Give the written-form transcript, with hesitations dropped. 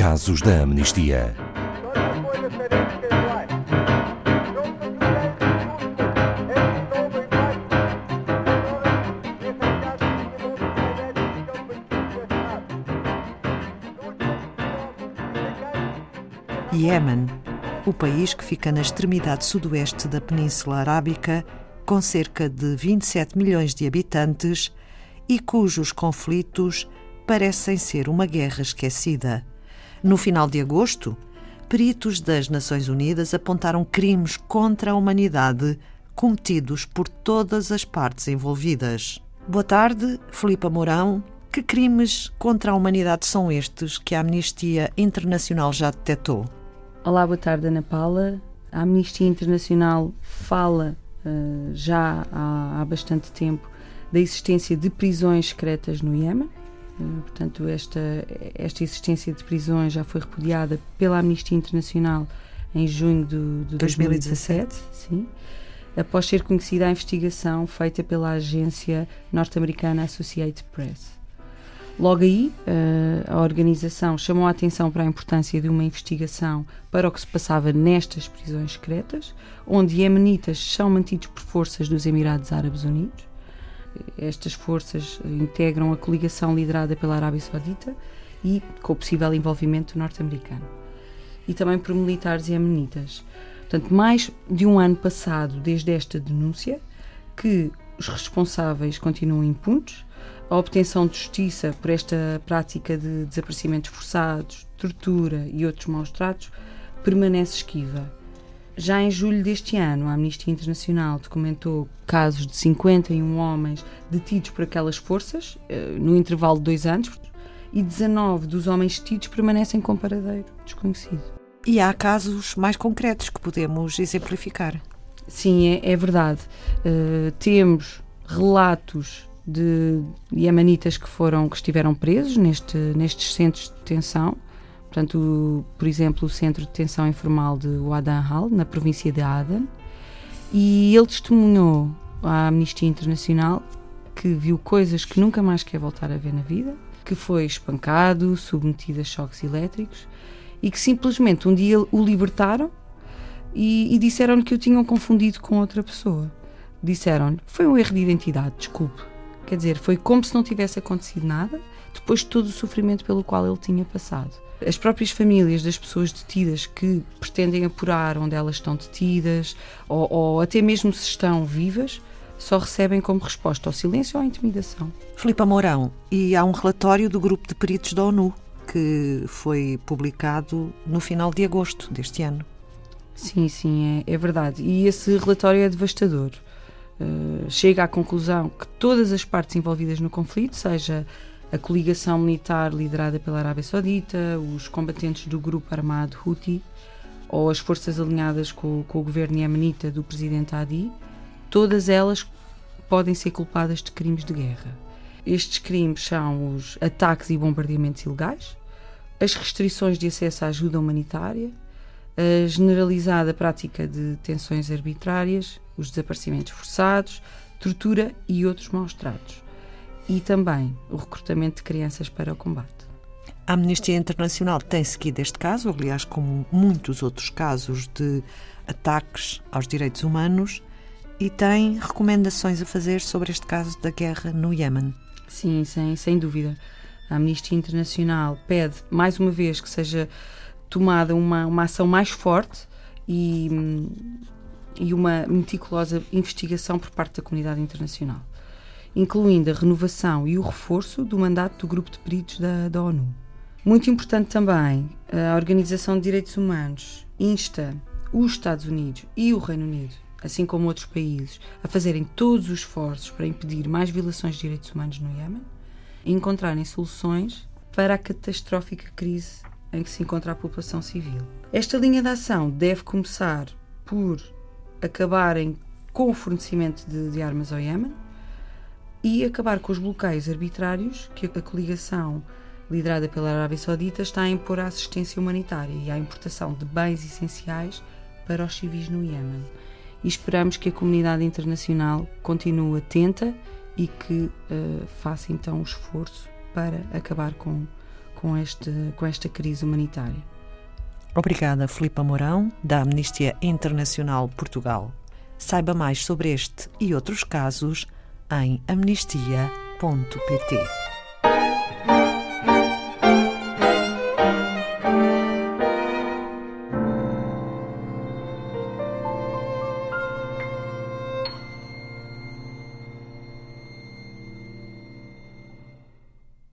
Casos da Amnistia. Iémen, o país que fica na extremidade sudoeste da Península Arábica, com cerca de 27 milhões de habitantes e cujos conflitos parecem ser uma guerra esquecida. No final de agosto, peritos das Nações Unidas apontaram crimes contra a humanidade cometidos por todas as partes envolvidas. Boa tarde, Filipa Mourão. Que crimes contra a humanidade são estes que a Amnistia Internacional já detectou? Olá, boa tarde, Ana Paula. A Amnistia Internacional fala já há bastante tempo da existência de prisões secretas no Iémen. Portanto, esta existência de prisões já foi repudiada pela Amnistia Internacional em junho de 2017. Sim, após ser conhecida a investigação feita pela agência norte-americana Associated Press. Logo aí, a organização chamou a atenção para a importância de uma investigação para o que se passava nestas prisões secretas, onde iemenitas são mantidos por forças dos Emirados Árabes Unidos. Estas forças integram a coligação liderada pela Arábia Saudita e com o possível envolvimento norte-americano. E também por militares iemenitas. Portanto, mais de um ano passado desde esta denúncia, que os responsáveis continuam impunes. A obtenção de justiça por esta prática de desaparecimentos forçados, tortura e outros maus-tratos permanece esquiva. Já em julho deste ano, a Amnistia Internacional documentou casos de 51 homens detidos por aquelas forças, no intervalo de 2 anos, e 19 dos homens detidos permanecem com paradeiro desconhecido. E há casos mais concretos que podemos exemplificar? Sim, é verdade. Temos relatos de iemenitas que estiveram presos nestes centros de detenção. Portanto, por exemplo, o centro de detenção informal de Ouaddanhal, na província de Aden, e ele testemunhou à Amnistia Internacional que viu coisas que nunca mais quer voltar a ver na vida, que foi espancado, submetido a choques elétricos e que simplesmente um dia o libertaram e disseram-lhe que o tinham confundido com outra pessoa. Disseram-lhe, foi um erro de identidade, desculpe. Quer dizer, foi como se não tivesse acontecido nada, depois de todo o sofrimento pelo qual ele tinha passado. As próprias famílias das pessoas detidas que pretendem apurar onde elas estão detidas, ou até mesmo se estão vivas, só recebem como resposta ao silêncio ou à intimidação. Filipa Mourão, e há um relatório do grupo de peritos da ONU que foi publicado no final de agosto deste ano. Sim, é verdade. E esse relatório é devastador. Chega à conclusão que todas as partes envolvidas no conflito, seja a coligação militar liderada pela Arábia Saudita, os combatentes do grupo armado Houthi ou as forças alinhadas com o governo iemenita do presidente Hadi, todas elas podem ser culpadas de crimes de guerra. Estes crimes são os ataques e bombardeamentos ilegais, as restrições de acesso à ajuda humanitária, a generalizada prática de detenções arbitrárias, os desaparecimentos forçados, tortura e outros maus-tratos. E também o recrutamento de crianças para o combate. A Amnistia Internacional tem seguido este caso, aliás, como muitos outros casos de ataques aos direitos humanos, e tem recomendações a fazer sobre este caso da guerra no Iémen. Sim, sem dúvida. A Amnistia Internacional pede, mais uma vez, que seja tomada uma ação mais forte e uma meticulosa investigação por parte da comunidade internacional, incluindo a renovação e o reforço do mandato do grupo de peritos da ONU. Muito importante também, a Organização de Direitos Humanos insta os Estados Unidos e o Reino Unido, assim como outros países, a fazerem todos os esforços para impedir mais violações de direitos humanos no Iémen e encontrarem soluções para a catastrófica crise em que se encontra a população civil. Esta linha de ação deve começar por acabarem com o fornecimento de armas ao Iémen e acabar com os bloqueios arbitrários que a coligação liderada pela Arábia Saudita está a impor à assistência humanitária e à importação de bens essenciais para os civis no Iémen. E esperamos que a comunidade internacional continue atenta e que faça então um esforço para acabar com com esta crise humanitária. Obrigada, Filipa Mourão, da Amnistia Internacional Portugal. Saiba mais sobre este e outros casos em amnistia.pt.